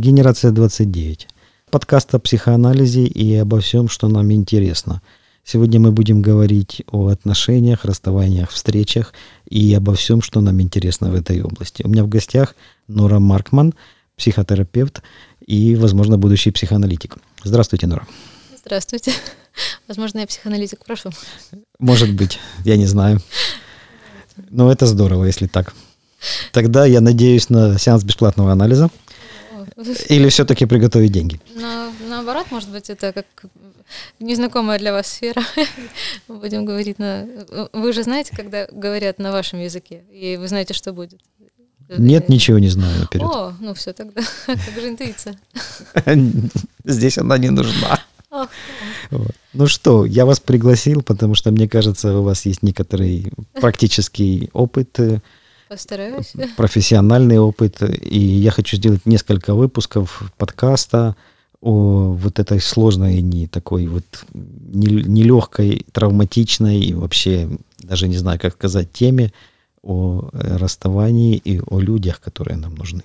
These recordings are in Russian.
Генерация 29. Подкаст о психоанализе и обо всем, что нам интересно. Сегодня мы будем говорить о отношениях, расставаниях, встречах и обо всем, что нам интересно в этой области. У меня в гостях Нора Маркман, психотерапевт и, возможно, будущий психоаналитик. Здравствуйте, Нора. Здравствуйте. Возможно, я психоаналитик в прошлом. Может быть, я не знаю. Но это здорово, если так. Тогда я надеюсь на сеанс бесплатного анализа. Или все-таки приготовить деньги? Но, наоборот, может быть, это как незнакомая для вас сфера. Мы будем говорить на... Вы же знаете, когда говорят на вашем языке, и вы знаете, что будет? Нет, ничего не знаю наперед. О, ну все тогда. Как же интуиция? Здесь она не нужна. Вот. Ну что, я вас пригласил, потому что, мне кажется, у вас есть некоторый практический опыт. Постараюсь. Профессиональный опыт. И я хочу сделать несколько выпусков подкаста о вот этой сложной, не такой вот нелегкой, травматичной и вообще, даже не знаю, как сказать, теме о расставании и о людях, которые нам нужны.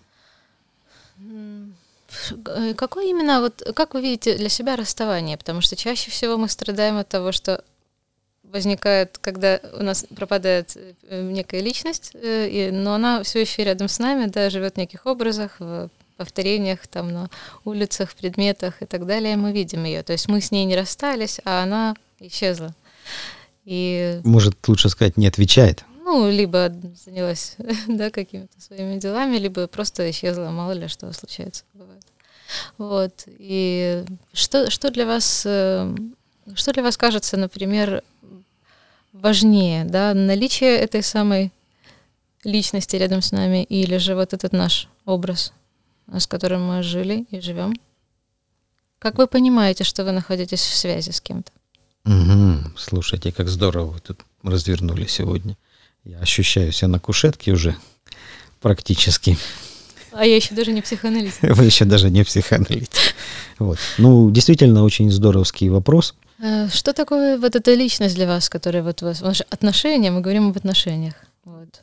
Какое именно, вот как вы видите для себя расставание? Потому что чаще всего мы страдаем от того, что возникает, когда у нас пропадает некая личность, но она все еще рядом с нами, да, живет в неких образах, в повторениях, там, на улицах, предметах и так далее, мы видим ее. То есть мы с ней не расстались, а она исчезла. И... Может, лучше сказать, не отвечает? Ну, либо занялась, да, какими-то своими делами, либо просто исчезла, мало ли что случается, бывает. Вот. И что для вас кажется, например, важнее, да, наличие этой самой личности рядом с нами или же вот этот наш образ, с которым мы жили и живем? Как вы понимаете, что вы находитесь в связи с кем-то? Угу. Слушайте, как здорово вы тут развернули сегодня. Я ощущаю себя на кушетке уже практически. А я еще даже не психоаналитик. Вы еще даже не психоаналитик. Вот. Ну, действительно, очень здоровский вопрос. Что такое вот эта личность для вас, которая вот у вас... Ваши отношения, мы говорим об отношениях. Вот.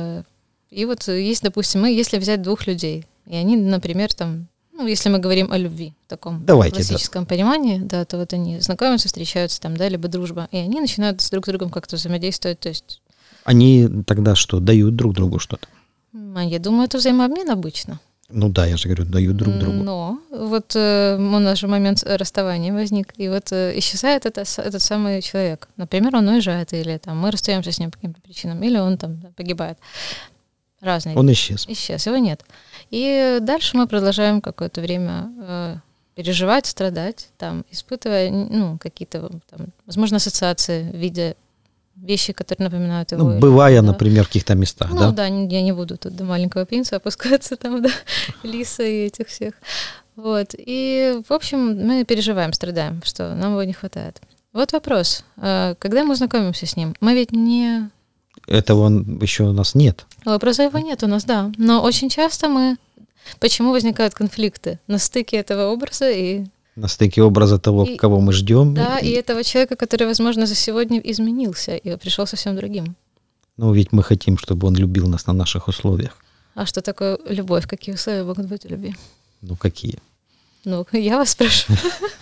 И вот есть, допустим, если взять двух людей, и они, например, там, ну, если мы говорим о любви в таком классическом понимании, да, то вот они знакомятся, встречаются там, да, либо дружба, и они начинают друг с другом как-то взаимодействовать, то есть... Они тогда что, дают друг другу что-то? Я думаю, это взаимообмен обычно. Ну да, я же говорю, дают друг другу. Но вот у нас же момент расставания возник, и вот исчезает этот самый человек. Например, он уезжает, или там мы расстаемся с ним по каким-то причинам, или он там погибает. Разные. Он исчез. Исчез, его нет. И дальше мы продолжаем какое-то время переживать, страдать, там, испытывая, ну, какие-то там, возможно, ассоциации в виде вещи, которые напоминают его. Ну, бывая, да, например, в каких-то местах, ну, да? Ну да, я не буду тут до маленького принца опускаться, там, да, Лиса и этих всех. Вот. И, в общем, мы переживаем, страдаем, что нам его не хватает. Вот вопрос. Когда мы знакомимся с ним, мы ведь не... Этого еще у нас нет. Образа его нет у нас, да. Но очень часто мы... Почему возникают конфликты? На стыке этого образа и... На стыке образа того, кого мы ждем. Да, и этого человека, который, возможно, за сегодня изменился и пришел совсем другим. Ну, ведь мы хотим, чтобы он любил нас на наших условиях. А что такое любовь? Какие условия могут быть у любви? Ну, какие? Ну, я вас спрашиваю.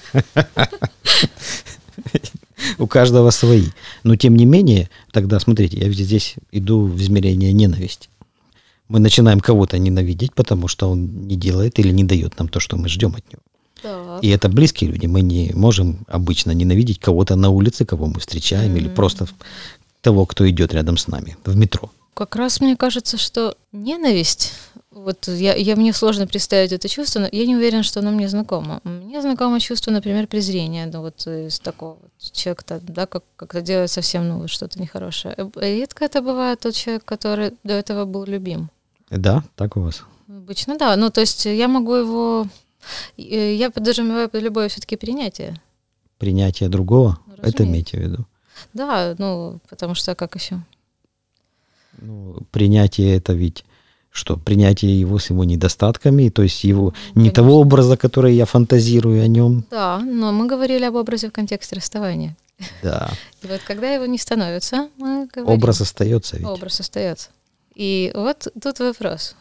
У каждого свои. Но, тем не менее, тогда, смотрите, я здесь иду в измерение ненависти. Мы начинаем кого-то ненавидеть, потому что он не делает или не дает нам то, что мы ждем от него. Так. И это близкие люди. Мы не можем обычно ненавидеть кого-то на улице, кого мы встречаем, или просто того, кто идет рядом с нами в метро. Как раз мне кажется, что ненависть, вот мне сложно представить это чувство, но я не уверена, что оно мне знакомо. Мне знакомо чувство, например, презрения, ну вот из такого вот человека, да, как-то делает совсем, ну, что-то нехорошее. Редко это бывает тот человек, который до этого был любим. Да, так у вас? Обычно, да. Ну, то есть я могу его... Я подразумеваю под любое все-таки принятие. Принятие другого? Разумеется. Это имейте в виду? Да, ну, потому что как еще? Ну, принятие это ведь что? Принятие его с его недостатками, то есть его не Конечно. того образа, который я фантазирую о нем. Да, но мы говорили об образе в контексте расставания. Да. И вот когда его не становится, мы говорим... Образ остается ведь. Образ остается. И вот тут вопрос.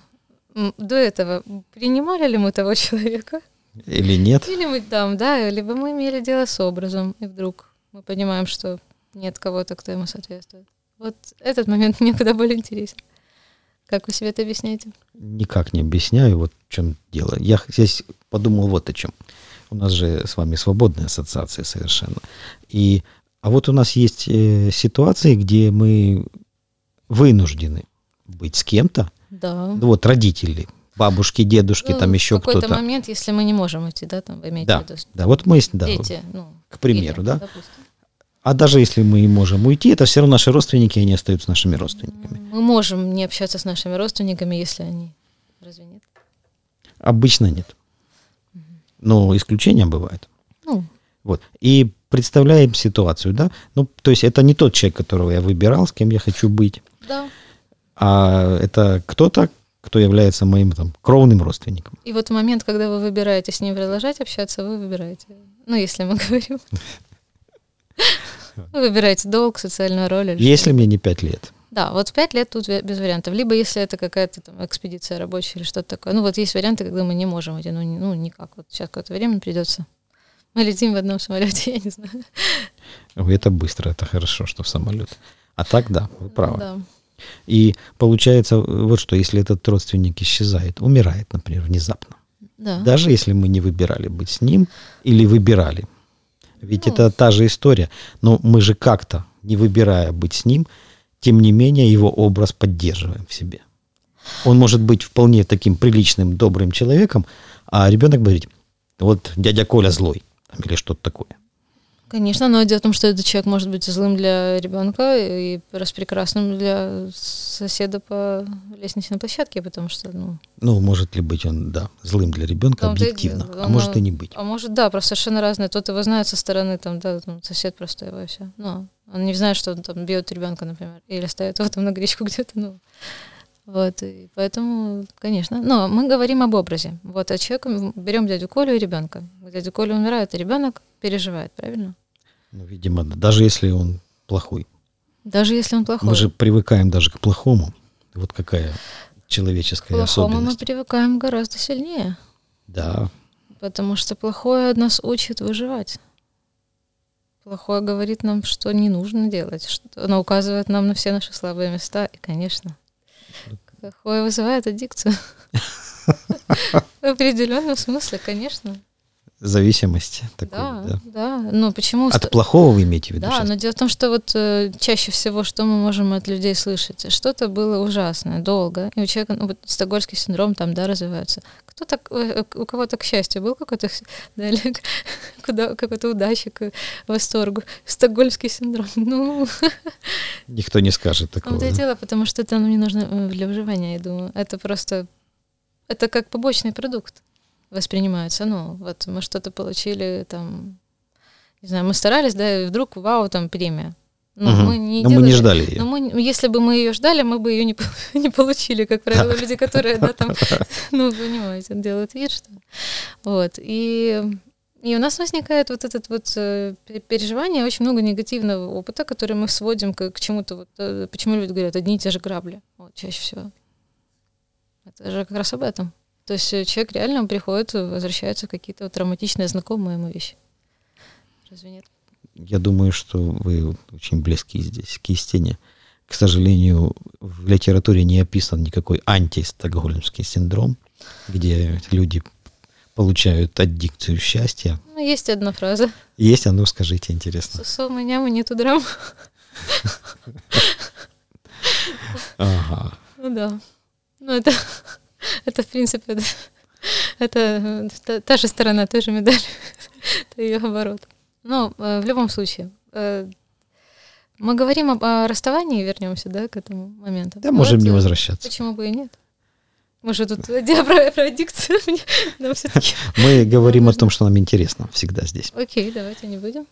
до этого принимали ли мы того человека? Или нет? Или мы там, да, либо мы имели дело с образом, и вдруг мы понимаем, что нет кого-то, кто ему соответствует. Вот этот момент мне куда более интересен. Как вы себе это объясняете? Никак не объясняю, вот в чем дело. Я здесь подумал вот о чем. У нас же с вами свободная ассоциация совершенно. А вот у нас есть ситуации, где мы вынуждены быть с кем-то. Да. Вот родители, бабушки, дедушки, там еще кто-то. В какой-то момент, если мы не можем идти, да, там, вы имеете в виду? Да, вот мы, да, дети, к примеру, или, да. Допустим. А даже если мы можем уйти, это все равно наши родственники, и они остаются нашими родственниками. Мы можем не общаться с нашими родственниками, если они... Разве нет? Обычно нет. Но исключения бывают. Ну. Вот. И представляем ситуацию, да? Ну, то есть это не тот человек, которого я выбирал, с кем я хочу быть. Да. А это кто-то, кто является моим там кровным родственником. И вот в момент, когда вы выбираете с ним продолжать общаться, вы выбираете. Ну, если мы говорим... Вы выбираете долг, социальную роль. Если мне не 5 лет. Да, вот в 5 лет тут без вариантов. Либо если это какая-то там экспедиция рабочая или что-то такое. Ну вот есть варианты, когда мы не можем идти, ну никак. Вот сейчас какое-то время придется. Мы летим в одном самолете, я не знаю. Это быстро, это хорошо, что в самолет. А так, да, вы правы. Да. И получается вот что, если этот родственник исчезает, умирает, например, внезапно. Да. Даже если мы не выбирали быть с ним или выбирали. Ведь это та же история. Но мы же как-то, не выбирая быть с ним, тем не менее его образ поддерживаем в себе. Он может быть вполне таким приличным, добрым человеком, а ребенок говорит, вот дядя Коля злой, там, или что-то такое. Конечно, но дело в том, что этот человек может быть злым для ребенка и распрекрасным для соседа по лестничной площадке, потому что, Ну, может ли быть он, да, злым для ребенка объективно, а может и не быть. А может, да, просто совершенно разные. Тот его знает со стороны, там, да, там, сосед просто его все. Но он не знает, что он там бьет ребенка, например, или ставит его там на гречку где-то, Вот, и поэтому, конечно. Но мы говорим об образе. Вот, а человека берем дядю Колю и ребенка. Дядя Коля умирает, а ребенок переживает, правильно? Ну, видимо, да. Даже если он плохой. Даже если он плохой. Мы же привыкаем даже к плохому. Вот какая человеческая особенность. К плохому мы привыкаем гораздо сильнее. Да. Потому что плохое нас учит выживать. Плохое говорит нам, что не нужно делать. Что оно указывает нам на все наши слабые места. И, конечно, плохое вызывает аддикцию. В определенном смысле, конечно. Зависимость такой, да. Но почему... От плохого вы имеете в виду? Да, сейчас? но дело в том, что вот чаще всего, что мы можем от людей слышать? Что-то было ужасное, долго, и у человека, вот стокгольмский синдром там, да, развивается. У кого-то, к счастью, был какой-то, да, или какой-то удачи, к восторгу. Стокгольмский синдром, Никто не скажет такого. В том-то и дело, потому что это нам не нужно для выживания, я думаю. Это просто, это как побочный продукт воспринимается. Вот мы что-то получили, там, не знаю, мы старались, да, и вдруг, вау, там, премия. Мы не ждали ее. Но если бы мы ее ждали, мы бы ее не получили, как правило, люди, которые, да, там, понимаете, делают вид, что... Вот, и у нас возникает вот этот вот переживание, очень много негативного опыта, который мы сводим к чему-то, вот, почему люди говорят, одни и те же грабли, вот, чаще всего. Это же как раз об этом. То есть человек реально приходит, возвращается в какие-то вот травматичные, знакомые ему вещи. Разве нет? Я думаю, что вы очень близки здесь к истине. К сожалению, в литературе не описан никакой антистокгольмский синдром, где люди получают аддикцию счастья. Есть одна фраза. Есть, а ну скажите, интересно. Со у меня нету драм. Ага. Да. Это, в принципе, это та же сторона той же медали, это ее оборот. Но в любом случае, мы говорим о расставании, вернемся, да, к этому моменту. Да, можем не возвращаться. Почему бы и нет? Может, тут про аддикцию нам все-таки... Мы говорим о том, что нам интересно всегда здесь. Окей, давайте не будем.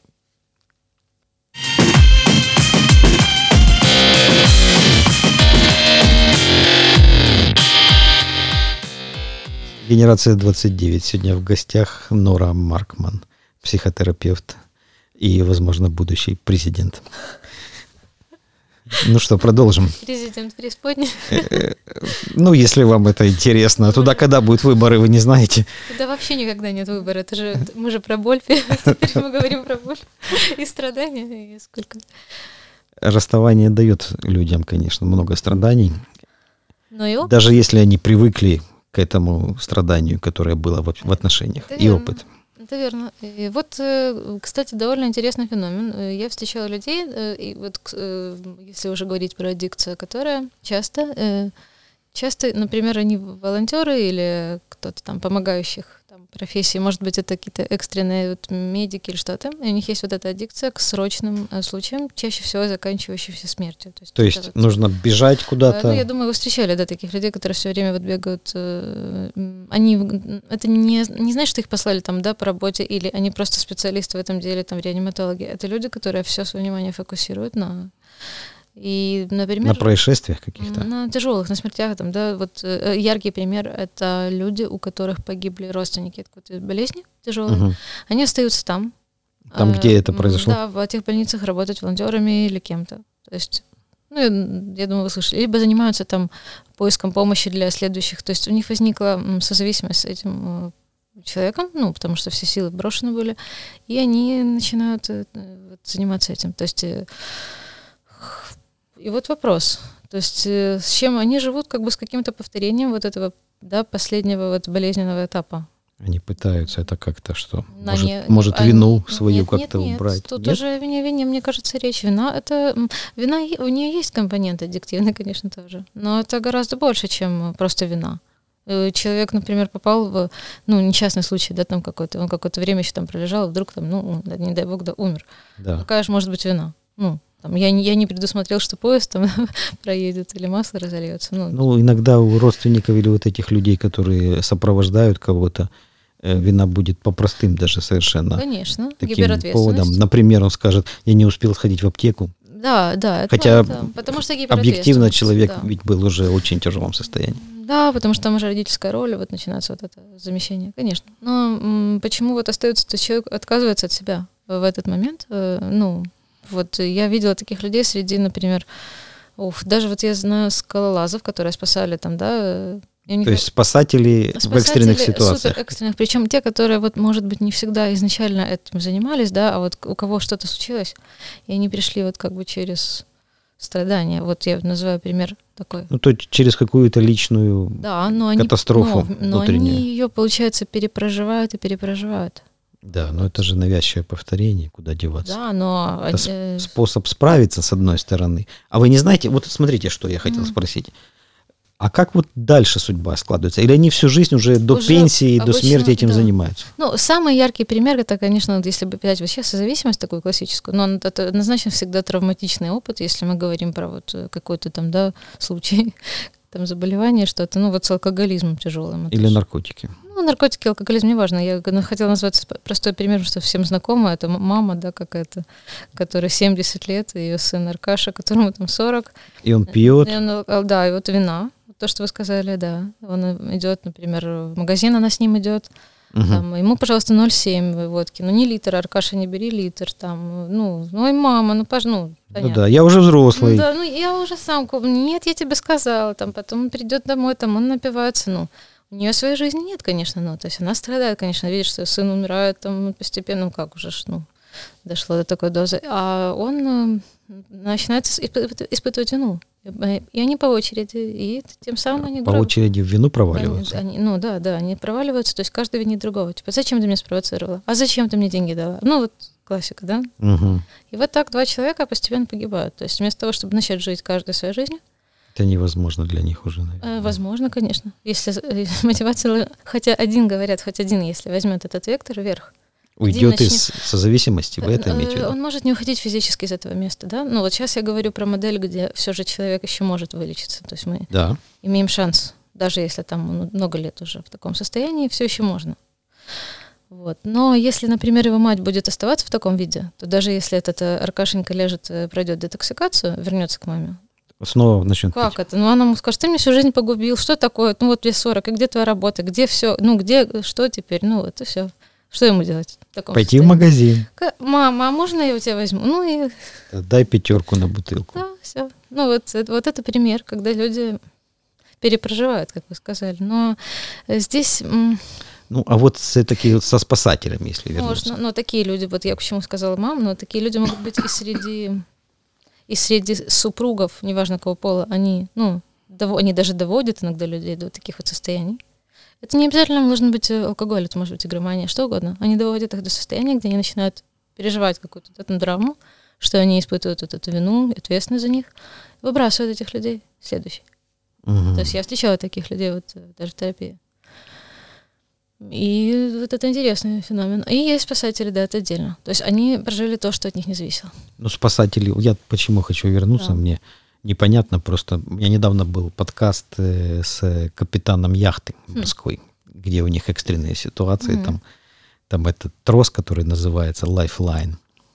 Генерация 29. Сегодня в гостях Нора Маркман, психотерапевт и, возможно, будущий президент. Ну что, продолжим. Президент преисподней. Ну, если вам это интересно. Туда когда будут выборы, вы не знаете? Да вообще никогда нет выбора. Мы же про боль. Теперь мы говорим про боль и страдания. И сколько. Расставание дает людям, конечно, много страданий. Но даже если они привыкли к этому страданию, которое было в отношениях, это и верно. опыт. Это верно. И вот, кстати, довольно интересный феномен. Я встречала людей, и вот если уже говорить про аддикцию, которая часто, например, они волонтеры или кто-то там помогающих там, профессий, может быть, это какие-то экстренные вот медики или что-то, и у них есть вот эта аддикция к срочным случаям, чаще всего заканчивающимся смертью. То есть вот, нужно бежать куда-то? Ну, я думаю, вы встречали, да, таких людей, которые все время вот бегают. Они, это не значит, что их послали там, да, по работе, или они просто специалисты в этом деле, там, реаниматологи. Это люди, которые все свое внимание фокусируют на... И, например, на происшествиях каких-то? На тяжелых, на смертях. Там, да, вот яркий пример — это люди, у которых погибли родственники от какой-то болезни тяжелой. Угу. Они остаются там. Там, где это произошло? Да, в этих больницах работают волонтерами или кем-то. То есть, ну, я думаю, вы слышали. Либо занимаются там поиском помощи для следующих. То есть у них возникла созависимость с этим человеком, ну, потому что все силы брошены были, и они начинают заниматься этим. То есть... И вот вопрос, то есть с чем они живут, как бы с каким-то повторением вот этого, да, последнего вот болезненного этапа. Они пытаются это как-то что? Может вину свою как-то убрать? Тут уже о вине, мне кажется, речь. Вина, у нее есть компонент аддиктивный, конечно, тоже, но это гораздо больше, чем просто вина. Человек, например, попал в, несчастный случай, да, там какой-то, он какое-то время еще там пролежал, и вдруг там, не дай бог, да, умер. Да. Какая же может быть вина? Там, я не предусмотрел, что поезд там проедет или масло разольется. Иногда у родственников или вот этих людей, которые сопровождают кого-то, вина будет по простым даже совершенно. Конечно, таким поводом. Например, он скажет: я не успел сходить в аптеку. Да. Хотя потому что объективно человек ведь был уже в очень тяжелом состоянии. Да, потому что там уже родительская роль, вот начинается вот это замещение, конечно. Но почему вот остается, то человек отказывается от себя в этот момент, Вот я видела таких людей среди, например, даже вот я знаю скалолазов, которые спасали там, да. То есть спасатели в экстренных ситуациях. Супер экстренных, причем те, которые вот, может быть, не всегда изначально этим занимались, да, а вот у кого что-то случилось, и они пришли вот как бы через страдания. Вот я называю пример такой. То через какую-то личную катастрофу внутреннюю. Но они ее, получается, перепроживают и перепроживают. Да, но это же навязчивое повторение, куда деваться. Да, но... Это способ справиться, с одной стороны. А вы не знаете, вот смотрите, что я хотел спросить. А как вот дальше судьба складывается? Или они всю жизнь уже до пенсии, до смерти этим занимаются? Самый яркий пример, это, конечно, если бы взять вообще созависимость такую классическую, но это однозначно всегда травматичный опыт, если мы говорим про вот какой-то там, да, случай, там заболевание, что-то, вот с алкоголизмом тяжелым. Или наркотики. Наркотики, алкоголизм, неважно. Я хотела назвать простой пример, что всем знакомо. Это мама, да, какая-то, которая 70 лет, ее сын Аркаша, которому там 40. И он пьет. Да, и вот вина, то, что вы сказали, да. Он идет, например, в магазин, она с ним идет. Там, ему, пожалуйста, 0,7 водки. Не литр, Аркаша, не бери литр. Там, и мама, понятно. Да, я уже взрослый. Да, я уже сам, нет, я тебе сказала. Там, потом он придет домой, там, он напивается, у нее своей жизни нет, конечно, то есть она страдает, конечно, видит, что сын умирает там постепенно, как уже, дошло до такой дозы, а он начинает испытывать вину. И они по очереди, и тем самым они... По очереди в вину проваливаются. Они проваливаются, то есть каждый винит другого. Типа, зачем ты меня спровоцировала? А зачем ты мне деньги дала? Вот классика, да? Угу. И вот так два человека постепенно погибают. То есть вместо того, чтобы начать жить каждой своей жизнью, это невозможно для них уже, наверное. Возможно, конечно. Если мотивация, хоть один, если возьмет этот вектор вверх. Уйдет из созависимости, вы это имеете в виду? Он может не уходить физически из этого места, да? Вот сейчас я говорю про модель, где все же человек еще может вылечиться. То есть мы имеем шанс, даже если там много лет уже в таком состоянии, все еще можно. Вот. Но если, например, его мать будет оставаться в таком виде, то даже если этот Аркашенька пройдет детоксикацию, вернется к маме, снова начнет пить. Как это? Она ему скажет: ты мне всю жизнь погубил, что такое? Вот тебе 40, и где твоя работа, где все? Что теперь? Это все. Что ему делать? Пойти в магазин. Мама, а можно я у тебя возьму? Дай 5 на бутылку. Да, все. Вот это пример, когда люди перепроживают, как вы сказали. Но здесь... Ну, а вот все-таки вот со спасателями, если вернуться. Но такие люди, вот я почему сказала мам, но такие люди могут быть и среди супругов, неважно какого пола, они даже доводят иногда людей до таких вот состояний. Это не обязательно должен быть алкоголь, это может быть игромания, что угодно. Они доводят их до состояния, где они начинают переживать какую-то эту драму, что они испытывают вот эту вину, ответственность за них, выбрасывают этих людей следующий. То есть я встречала таких людей вот даже в терапии. И вот это интересный феномен. И есть спасатели, да, это отдельно. То есть они прожили то, что от них не зависело. Ну, спасатели, я почему хочу вернуться, мне непонятно, просто у меня недавно был подкаст с капитаном яхты морской, где у них экстренные ситуации, там этот трос, который называется Lifeline.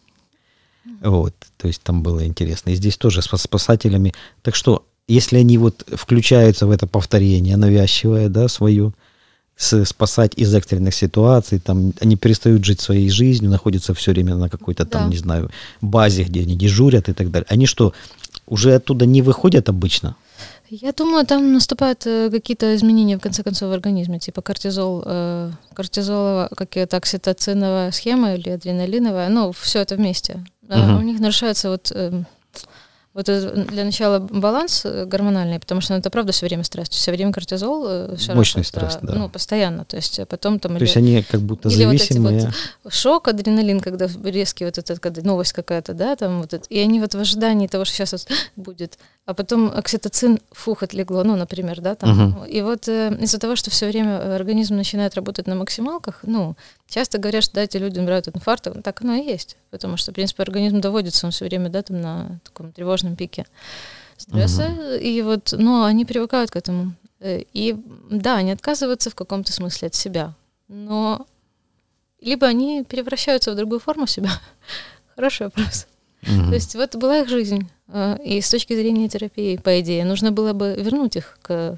Вот, то есть там было интересно. И здесь тоже с спасателями. Так что, если они вот включаются в это повторение навязчивое, да, свое, спасать из экстренных ситуаций, там они перестают жить своей жизнью, находятся все время на какой-то там, не знаю, базе, где они дежурят и так далее. Они что, уже оттуда не выходят обычно? Я думаю, там наступают какие-то изменения, в конце концов, в организме, типа кортизоловая, какая-то окситоциновая схема или адреналиновая, все это вместе. У них нарушается вот для начала баланс гормональный, потому что это правда все время стресс, все время кортизол. Мощный стресс, да. Ну, постоянно, то есть потом там... То есть они как будто зависимые. Вот эти вот шок, адреналин, когда резкий вот этот, когда новость какая-то, да, там вот это, и они вот в ожидании того, что сейчас вот будет, а потом окситоцин, отлегло, например, да, там. И вот из-за того, что все время организм начинает работать на максималках, часто говорят, что дайте людям умирают от инфаркта, так оно и есть, потому что, в принципе, организм доводится, он все время, да, там на таком тревожном пике стресса, и вот, но они привыкают к этому, и да, они отказываются в каком-то смысле от себя, но либо они превращаются в другую форму себя, хороший вопрос. То есть вот была их жизнь, и с точки зрения терапии, по идее, нужно было бы вернуть их к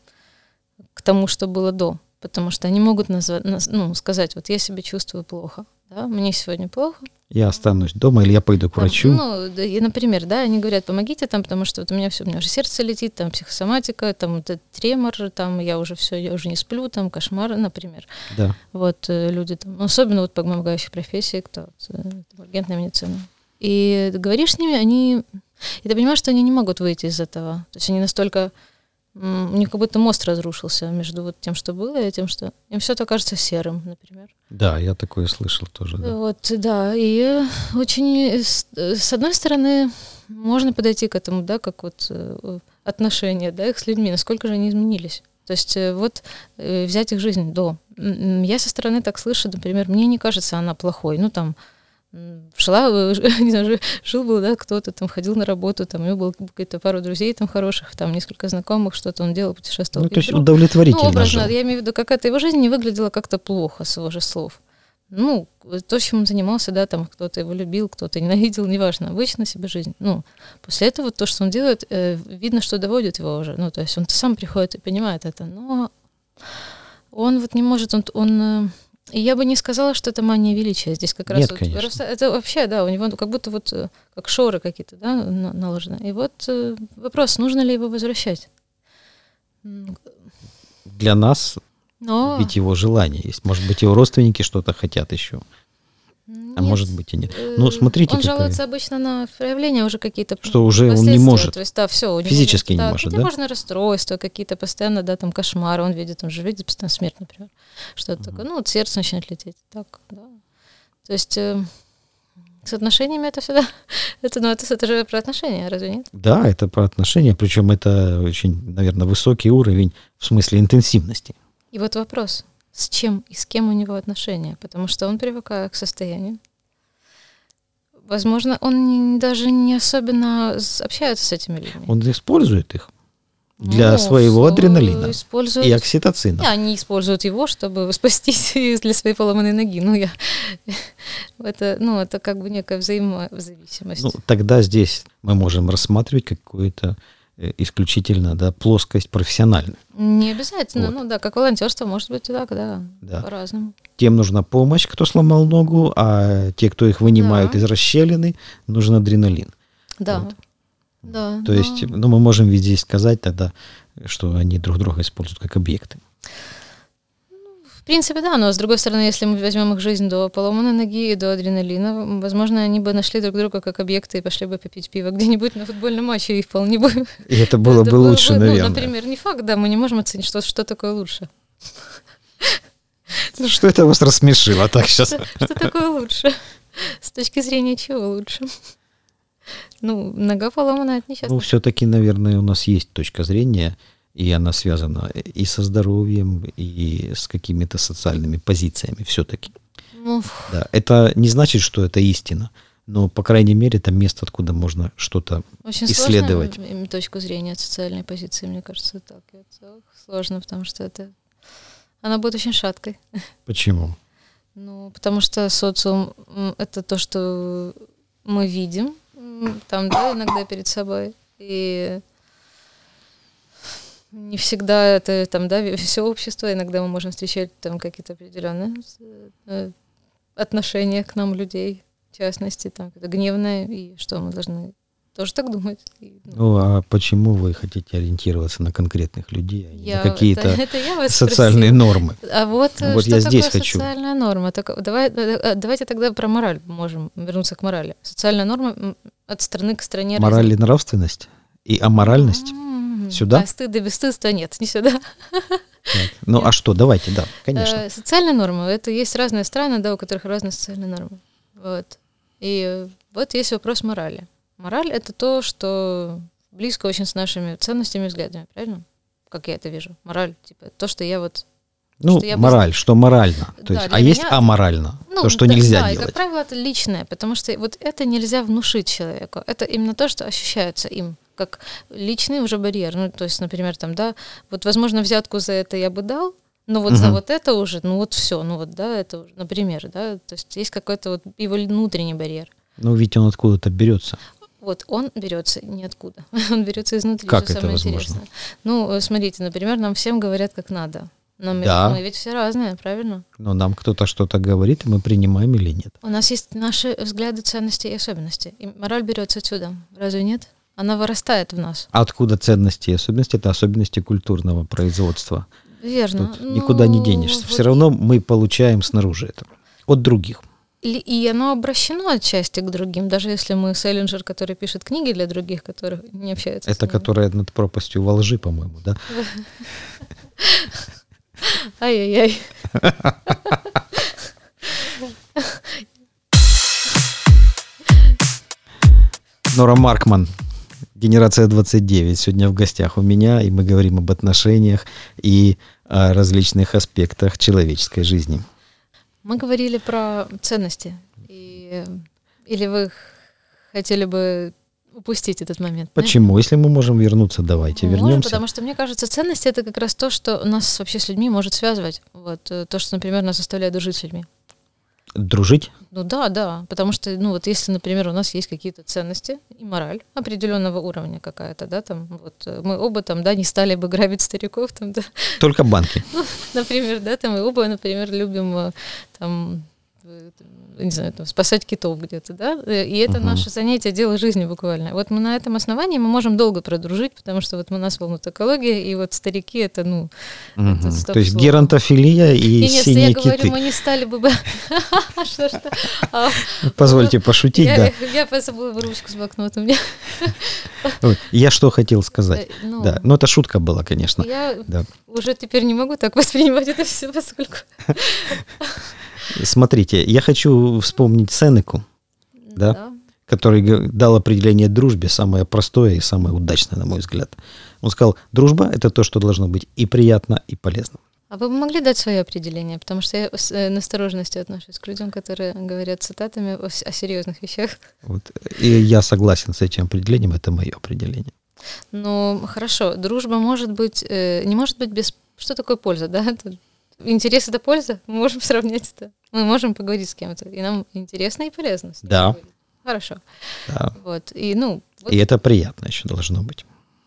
тому, что было до, потому что они могут сказать, вот я себя чувствую плохо, да, мне сегодня плохо. Я останусь дома или я пойду к врачу. И, например, да, они говорят, помогите там, потому что вот у меня уже сердце летит, там психосоматика, там вот этот тремор, там я уже не сплю, там кошмар, например. Да. Вот люди там, особенно вот помогающих профессий, кто ургентная медицина. И говоришь с ними, и ты понимаешь, что они не могут выйти из этого. То есть они настолько... У них как будто мост разрушился между вот тем, что было, и тем, что... Им все это кажется серым, например. Да, я такое слышал тоже. Да. Вот, да, и очень... С одной стороны, можно подойти к этому, да, как вот отношения, да, их с людьми, насколько же они изменились. То есть вот взять их жизнь до. Я со стороны так слышу, например, мне не кажется она плохой. Жил был, да, кто-то там ходил на работу, там у него было какие-то пару друзей там хороших, там несколько знакомых, что-то он делал, путешествовал. То есть удовлетворительно. Образно, я имею в виду, какая-то его жизнь не выглядела как-то плохо, с его же слов. То, чем он занимался, да, там кто-то его любил, кто-то ненавидел, неважно, обычно себе жизнь. После этого то, что он делает, видно, что доводит его уже. То есть он сам приходит и понимает это, но он вот не может, я бы не сказала, что это мания величия. Здесь как раз... Нет, конечно. Это вообще, да, у него как будто вот как шоры какие-то, да, наложены. И вот вопрос, нужно ли его возвращать? Для нас ведь его желание есть. Может быть, его родственники что-то хотят еще. Нет. А может быть и нет. Смотрите, он жалуется обычно на проявления уже какие-то. Что уже он не может. То есть, да, все, физически не может, да? Можно расстройства какие-то постоянно, да, там кошмары, он видит постоянно смерть, например. Что-то такое. Вот сердце начинает лететь. Так, да. То есть с отношениями это всегда... Это же про отношения, разве нет? Да, это про отношения, причем это очень, наверное, высокий уровень в смысле интенсивности. И вот вопрос, с чем и с кем у него отношения, потому что он привыкает к состоянию. Возможно, он даже не особенно общается с этими людьми. Он использует их для своего адреналина и окситоцина. Да, они используют его, чтобы спастись для своей поломанной ноги. Это как бы некая взаимозависимость. Тогда здесь мы можем рассматривать какую-то исключительно, да, плоскость профессиональную. Не обязательно, как волонтерство, может быть, так, да. По-разному. Тем нужна помощь, кто сломал ногу, а те, кто их вынимают из расщелины, нужен адреналин. Да. Да. То есть, мы можем ведь здесь сказать тогда, что они друг друга используют как объекты. В принципе, да, но с другой стороны, если мы возьмем их жизнь до поломанной ноги и до адреналина, возможно, они бы нашли друг друга как объекты и пошли бы попить пиво где-нибудь на футбольном матче, и вполне бы... И это было бы лучше, наверное. Например, не факт, да, мы не можем оценить, что такое лучше. Что это вас рассмешило так сейчас? Что такое лучше? С точки зрения чего лучше? Нога поломана, это несчастно. Все-таки, наверное, у нас есть точка зрения, и она связана и со здоровьем, и с какими-то социальными позициями все-таки. Да, это не значит, что это истина, но, по крайней мере, это место, откуда можно что-то очень исследовать. Очень сложно точку зрения от социальной позиции, мне кажется, отталкиваться. Сложно, потому что она будет очень шаткой. Почему? Потому что социум — это то, что мы видим там, да, иногда перед собой, и не всегда это там, да, все общество, иногда мы можем встречать там какие-то определенные отношения к нам людей, в частности, там, это гневное, и что мы должны тоже так думать. А почему вы хотите ориентироваться на конкретных людей, а не на какие-то это социальные нормы? А вот что я здесь хочу. Социальная норма? Давайте тогда про мораль можем вернуться к морали. Социальная норма от страны к стране. Мораль и нравственность? И аморальность? Сюда? А стыд и бесстыдство нет, не сюда. Так. А что? Давайте, да, конечно. Социальная норма. Это есть разные страны, да, у которых разные социальные нормы. Вот. И вот есть вопрос морали. Мораль — это то, что близко очень с нашими ценностями и взглядами, правильно? Как я это вижу. Мораль, типа, то, что я вот... мораль, что морально. То есть, есть аморально, то, что нельзя делать. Да, и, как правило, это личное, потому что вот это нельзя внушить человеку. Это именно то, что ощущается им, как личный уже барьер. То есть, например, там, да, вот, возможно, взятку за это я бы дал, но вот за вот это уже, все, да, это уже, например, да, то есть есть какой-то вот его внутренний барьер. Ведь он откуда-то берется. Вот он берется ниоткуда, он берется изнутри. Как это возможно? Смотрите, например, нам всем говорят, как надо. Да. Мы ведь все разные, правильно? Но нам кто-то что-то говорит, и мы принимаем или нет. У нас есть наши взгляды, ценности и особенности. И мораль берется отсюда. Разве нет? Она вырастает в нас. А откуда ценности и особенности? Это особенности культурного производства. Верно. Тут никуда не денешься. Все равно мы получаем снаружи это. От других. И оно обращено отчасти к другим, даже если мы Селлинджер, который пишет книги для других, которые не общаются это с ними. которая над пропастью во лжи, по-моему, да? Ай-яй-яй. Нора Маркман, «Генерация 29», сегодня в гостях у меня, и мы говорим об отношениях и о различных аспектах человеческой жизни. Мы говорили про ценности. Или вы хотели бы упустить этот момент? Почему? Да? Если мы можем вернуться, давайте вернемся. Можем, потому что, мне кажется, ценности — это как раз то, что нас вообще с людьми может связывать. Вот, то, что, например, нас заставляет дружить с людьми. Дружить? Да, потому что, вот если, например, у нас есть какие-то ценности и мораль определенного уровня какая-то, да, там, вот, мы оба там, да, не стали бы грабить стариков, там, да. Только банки. Например, да, там, мы оба, например, любим, там, не знаю, там, спасать китов где-то, да, и это наше занятие, дело жизни буквально. Вот мы на этом основании мы можем долго продружить, потому что вот нас волнует экология, и вот старики — это, это то есть геронтофилия и синие я киты. говорю, мы не стали бы... Позвольте пошутить, да. Я забыла ручку с блокнотом. Я что хотел сказать. Да, но это шутка была, конечно. Я уже теперь не могу так воспринимать это все, поскольку... Смотрите, я хочу вспомнить Сенеку, да, который дал определение дружбе, самое простое и самое удачное, на мой взгляд. Он сказал, дружба — это то, что должно быть и приятно, и полезно. А вы бы могли дать свое определение? Потому что я с настороженностью отношусь к людям, которые говорят цитатами о серьезных вещах. Вот. И я согласен с этим определением, это мое определение. Хорошо, дружба может быть, не может быть без... Что такое польза, да? Интерес — это польза? Мы можем сравнять это. Мы можем поговорить с кем-то, и нам интересно и полезно. Да. Хорошо. Да. Вот. И это приятно еще должно быть.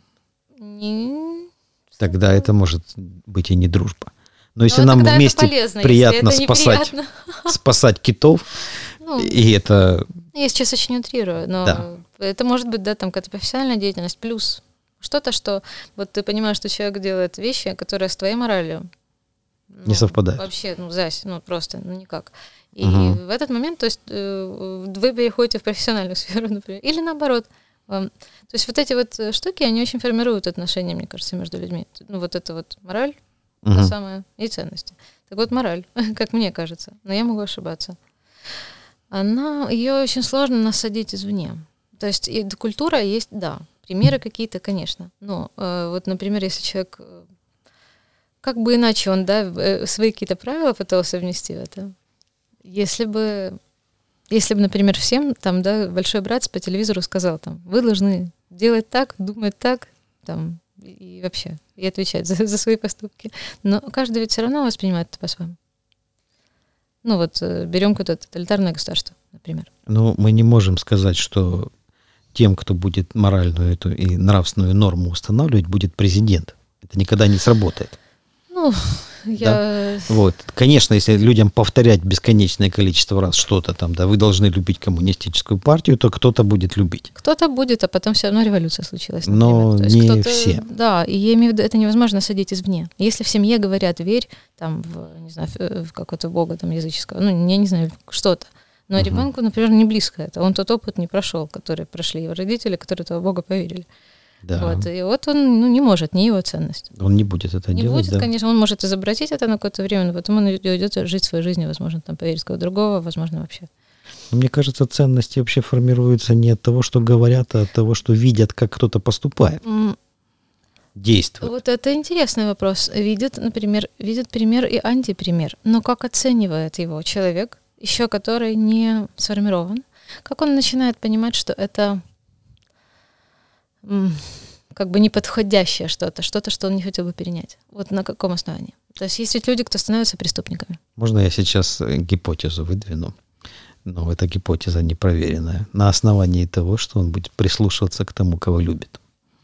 Тогда это может быть и не дружба. Но если нам вместе приятно спасать китов, и это... Я сейчас очень утрирую, но это может быть, да, там какая-то профессиональная деятельность, плюс Что-то, что вот ты понимаешь, что человек делает вещи, которые с твоей моралью не совпадают. Вообще, просто, никак. И Угу. в этот момент, то есть вы переходите в профессиональную сферу, например, или наоборот. То есть вот эти вот штуки, они очень формируют отношения, мне кажется, между людьми. Ну, вот это вот мораль, та самая, и ценности. Так вот, мораль, как мне кажется, но я могу ошибаться. Ее очень сложно насадить извне. То есть и культура есть, да, примеры какие-то, конечно. Но вот, например, если человек, как бы иначе он, да, свои какие-то правила пытался внести в это, если бы, например, всем там, да, большой брат по телевизору сказал, там, вы должны делать так, думать так, там, и вообще, и отвечать за свои поступки. Но каждый ведь все равно воспринимает это по-своему. Ну вот берем какое-то тоталитарное государство, например. Ну, мы не можем сказать, что тем, кто будет моральную эту и нравственную норму устанавливать, будет президент. Это никогда не сработает. Ну, Да? Вот. Конечно, если людям повторять бесконечное количество раз что-то там, да, вы должны любить коммунистическую партию, то кто-то будет любить. Кто-то будет, а потом все равно революция случилась, например. Но то есть не все. Да, и я имею в виду, это невозможно садить извне. Если в семье говорят, верь там, не знаю, в какого-то бога там языческого, ну, я не знаю, что-то. Но ребенку, например, не близко это. Он тот опыт не прошел, который прошли его родители, которые этого бога поверили. Да. Вот. И вот он не может, не его ценность. Он не будет это не делать. Не будет, да. конечно, он может изобразить это на какое-то время, но потом он идет жить своей жизнью, возможно, там поверить в кого-то другого, возможно, вообще. Мне кажется, ценности вообще формируются не от того, что говорят, а от того, что видят, как кто-то поступает. Действует. Вот это интересный вопрос. Видят пример и антипример. Но как оценивает его человек, еще который не сформирован? Как он начинает понимать, что это как бы неподходящее что-то, что он не хотел бы перенять? Вот на каком основании? То есть есть ведь люди, кто становятся преступниками. Можно я сейчас гипотезу выдвину? Но эта гипотеза непроверенная. На основании того, что он будет прислушиваться к тому, кого любит.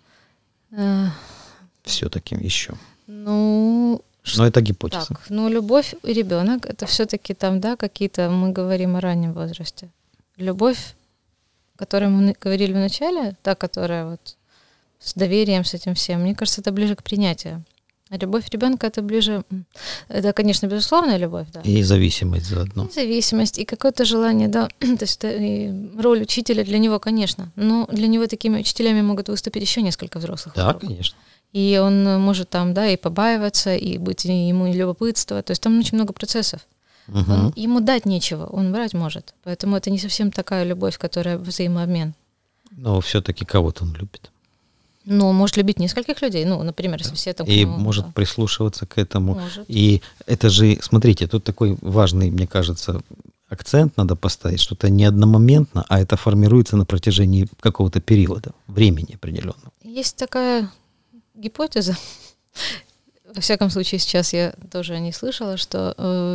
Все-таки еще. Но это гипотеза. Так, любовь и ребенок, это все-таки там, да, какие-то, мы говорим о раннем возрасте. Любовь, о которой мы говорили в начале, та, которая вот с доверием, с этим всем, мне кажется, это ближе к принятию. А любовь ребенка это ближе, это, конечно, безусловная любовь, да. И зависимость заодно. И зависимость, и какое-то желание, да, то есть и роль учителя для него, конечно, но для него такими учителями могут выступить еще несколько взрослых. Да, конечно. И он может там, да, и побаиваться, и быть ему любопытство, то есть там очень много процессов. Угу. Ему дать нечего, он брать может, поэтому это не совсем такая любовь, которая взаимообмен. Но все-таки кого-то он любит. Ну, может любить нескольких людей, ну, например, если все там... И может прислушиваться к этому. Может. И это же, смотрите, тут такой важный, мне кажется, акцент надо поставить, что это не одномоментно, а это формируется на протяжении какого-то периода, времени определенного. Есть такая гипотеза, во всяком случае сейчас я тоже о ней слышала, что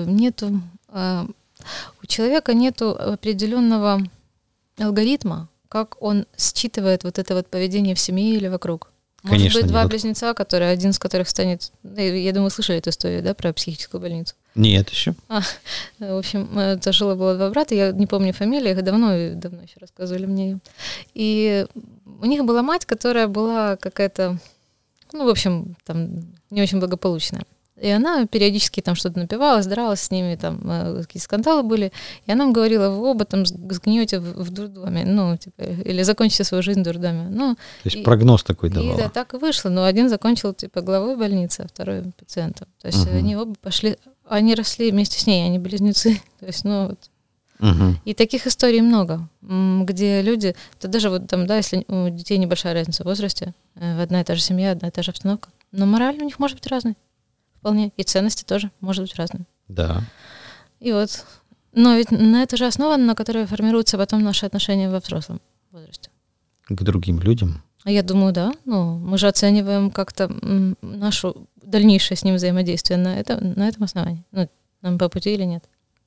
у человека нету определенного алгоритма, как он считывает вот это вот поведение в семье или вокруг. Может Конечно, быть, два нет. близнеца, которые один из которых станет... Я думаю, слышали эту историю, да, про психическую больницу? Нет еще. В общем, это было два брата, я не помню фамилии, их давно еще рассказывали мне ее. И у них была мать, которая была какая-то, в общем, там не очень благополучная. И она периодически там что-то напивалась, дралась с ними, там какие-то скандалы были. И она им говорила, вы оба там сгниете в дурдоме, или закончите свою жизнь в дурдоме. То есть прогноз такой давала. И да, так и вышло. Но один закончил главой больницы, а второй пациентом. То есть они оба пошли, они росли вместе с ней, они близнецы. То есть, И таких историй много, где люди, это даже вот там, да, если у детей небольшая разница в возрасте, одна и та же семья, одна и та же обстановка, но мораль у них может быть разной. Вполне. И ценности тоже может быть разными. Да. И вот. Но ведь на это же основа, на которой формируются потом наши отношения во взрослом возрасте. К другим людям? Я думаю, да. Мы же оцениваем как-то наше дальнейшее с ним взаимодействие на этом основании. Нам по пути или нет.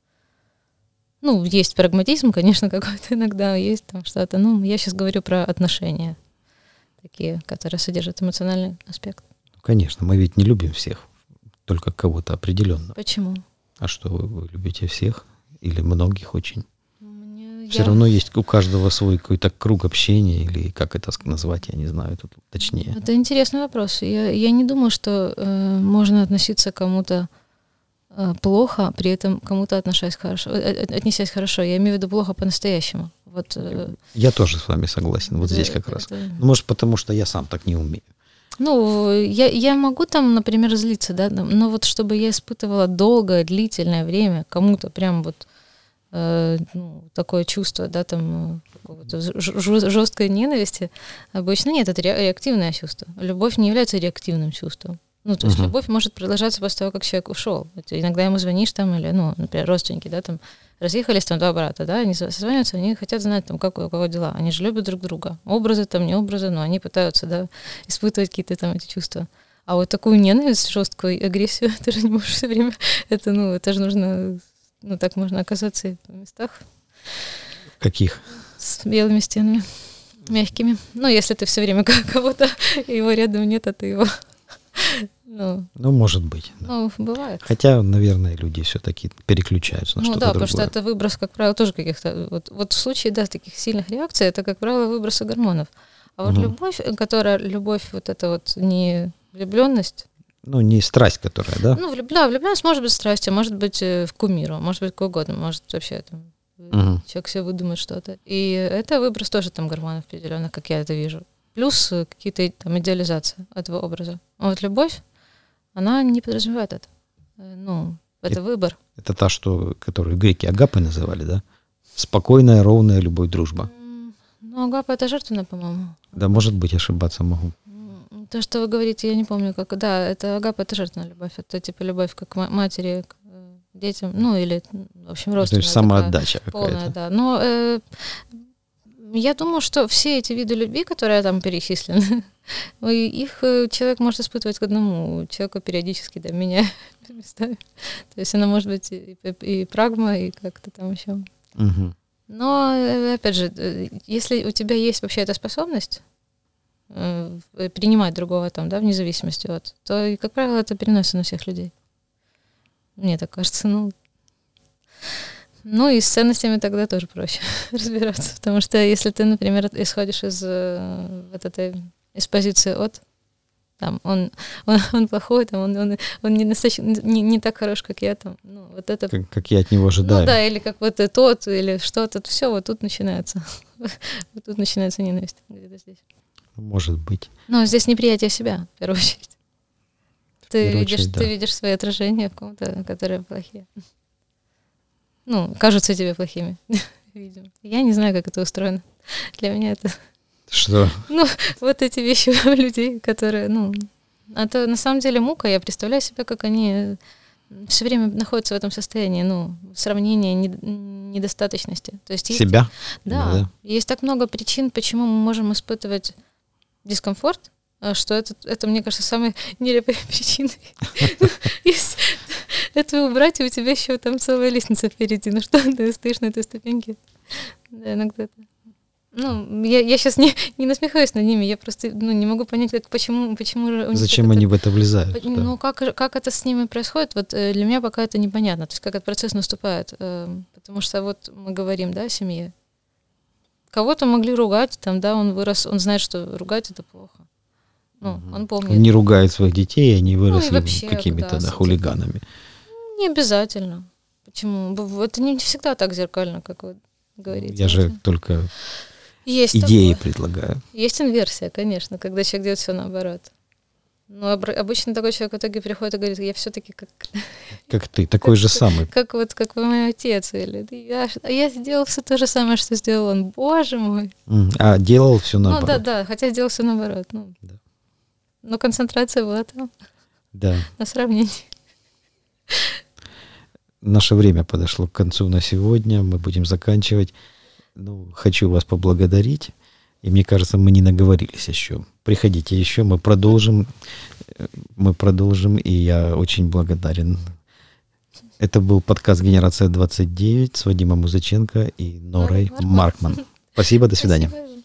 Есть прагматизм, конечно, какой-то иногда, есть там что-то. Я сейчас говорю про отношения такие, которые содержат эмоциональный аспект. Конечно, мы ведь не любим всех. Только кого-то определенного. Почему? А что, вы любите всех? Или многих очень? Все равно есть у каждого свой какой-то круг общения, или как это назвать, я не знаю тут точнее. Это интересный вопрос. Я не думаю, что можно относиться к кому-то плохо, при этом кому-то отнесясь хорошо. Я имею в виду плохо по-настоящему. Вот, я тоже с вами согласен, вот здесь как раз. Может, потому что я сам так не умею. Ну, я могу там, например, злиться, да, но вот чтобы я испытывала долгое, длительное время кому-то прям вот такое чувство, да, там жесткой ненависти, обычно нет, это реактивное чувство. Любовь не является реактивным чувством. Ну, то есть любовь может продолжаться после того, как человек ушел. Иногда ему звонишь там, или, ну, например, родственники, да, там, разъехались там два брата, да, они созваниваются, они хотят знать, там, как у кого дела. Они же любят друг друга. Образы там, не образы, но они пытаются, да, испытывать какие-то там эти чувства. А вот такую ненависть, жесткую агрессию, ты же не можешь все время, это же нужно, ну, так можно оказаться и в местах. Каких? С белыми стенами, мягкими. Ну, если ты все время кого-то, его рядом нет, а ты его... Ну, может быть. Да. Ну, бывает. Хотя, наверное, люди все-таки переключаются на что-то другое. Ну да, потому что это выброс, как правило, тоже каких-то... Вот в случае, да, таких сильных реакций, это, как правило, выбросы гормонов. А вот любовь, вот эта вот не влюбленность. Ну, не страсть, которая, да? Ну, влюбленность может быть страстью, может быть в кумиру, может быть какой угодно, может вообще там человек себе выдумает что-то. И это выброс тоже там гормонов определенных, как я это вижу. Плюс какие-то там идеализации этого образа. А вот любовь, она не подразумевает это. Ну, это выбор. Это та, которую греки агапой называли, да? Спокойная, ровная любовь, дружба. Ну, агапа — это жертвенная, по-моему. Да, может быть, ошибаться могу. То, что вы говорите, я не помню, как... Да, это агапа — это жертвенная любовь. Это типа любовь как к матери, к детям, ну, или, в общем, родственная. То есть самоотдача какая-то. Полная, да. Но я думаю, что все эти виды любви, которые там перечислены, их человек может испытывать к одному человеку периодически, да, меняя местами. То есть она может быть и прагма, и как-то там еще. Угу. Но, опять же, если у тебя есть вообще эта способность принимать другого там, да, вне зависимости от, то, как правило, это переносится на всех людей. Мне так кажется, Ну и с ценностями тогда тоже проще разбираться, потому что если ты, например, исходишь из позиции от, там, он плохой, там, он не так хорош, как я, там, ну, вот это... Как я от него ожидаю. Ну да, или как вот тот, или что-то, все, вот тут начинается. Вот тут начинается ненависть где-то здесь. Может быть. Но здесь неприятие себя, в первую очередь. Ты видишь свои отражения в ком-то, которые плохие. Ну, кажутся тебе плохими, видимо. Я не знаю, как это устроено. Для меня это... Что? Ну, вот эти вещи у людей, которые, это на самом деле мука. Я представляю себя, как они все время находятся в этом состоянии, сравнения, недостаточности. То есть себя? Да. Есть так много причин, почему мы можем испытывать дискомфорт, что это, мне кажется, самой нелепой причиной. Это убрать, и у тебя еще там целая лестница впереди. Ну что, ты стоишь на этой ступеньке? Да, иногда это... я сейчас не насмехаюсь над ними, я просто не могу понять, почему же... Зачем они в это влезают? Ну, как это с ними происходит, вот для меня пока это непонятно, то есть как этот процесс наступает. Потому что вот мы говорим, да, о семье. Кого-то могли ругать, там, да, он вырос, он знает, что ругать — это плохо. Он помнит. Он не ругает своих детей, они выросли вообще, какими-то хулиганами. Не обязательно. Почему? Это не всегда так зеркально, как вы говорите. Я же только есть идеи такое. Предлагаю. Есть инверсия, конечно, когда человек делает все наоборот. Но обычно такой человек в итоге приходит и говорит: я все-таки как ты, такой же самый. Как мой отец. Или я сделал все то же самое, что сделал он. Боже мой. А делал все наоборот. Ну да, хотя сделал все наоборот. Да. Но концентрация была там. Да. На сравнении. Наше время подошло к концу на сегодня. Мы будем заканчивать. Хочу вас поблагодарить. И мне кажется, мы не наговорились еще. Приходите еще, мы продолжим. И я очень благодарен. Это был подкаст «Генерация 29» с Вадимом Музыченко и Норой Маркман. Спасибо, до свидания. Спасибо.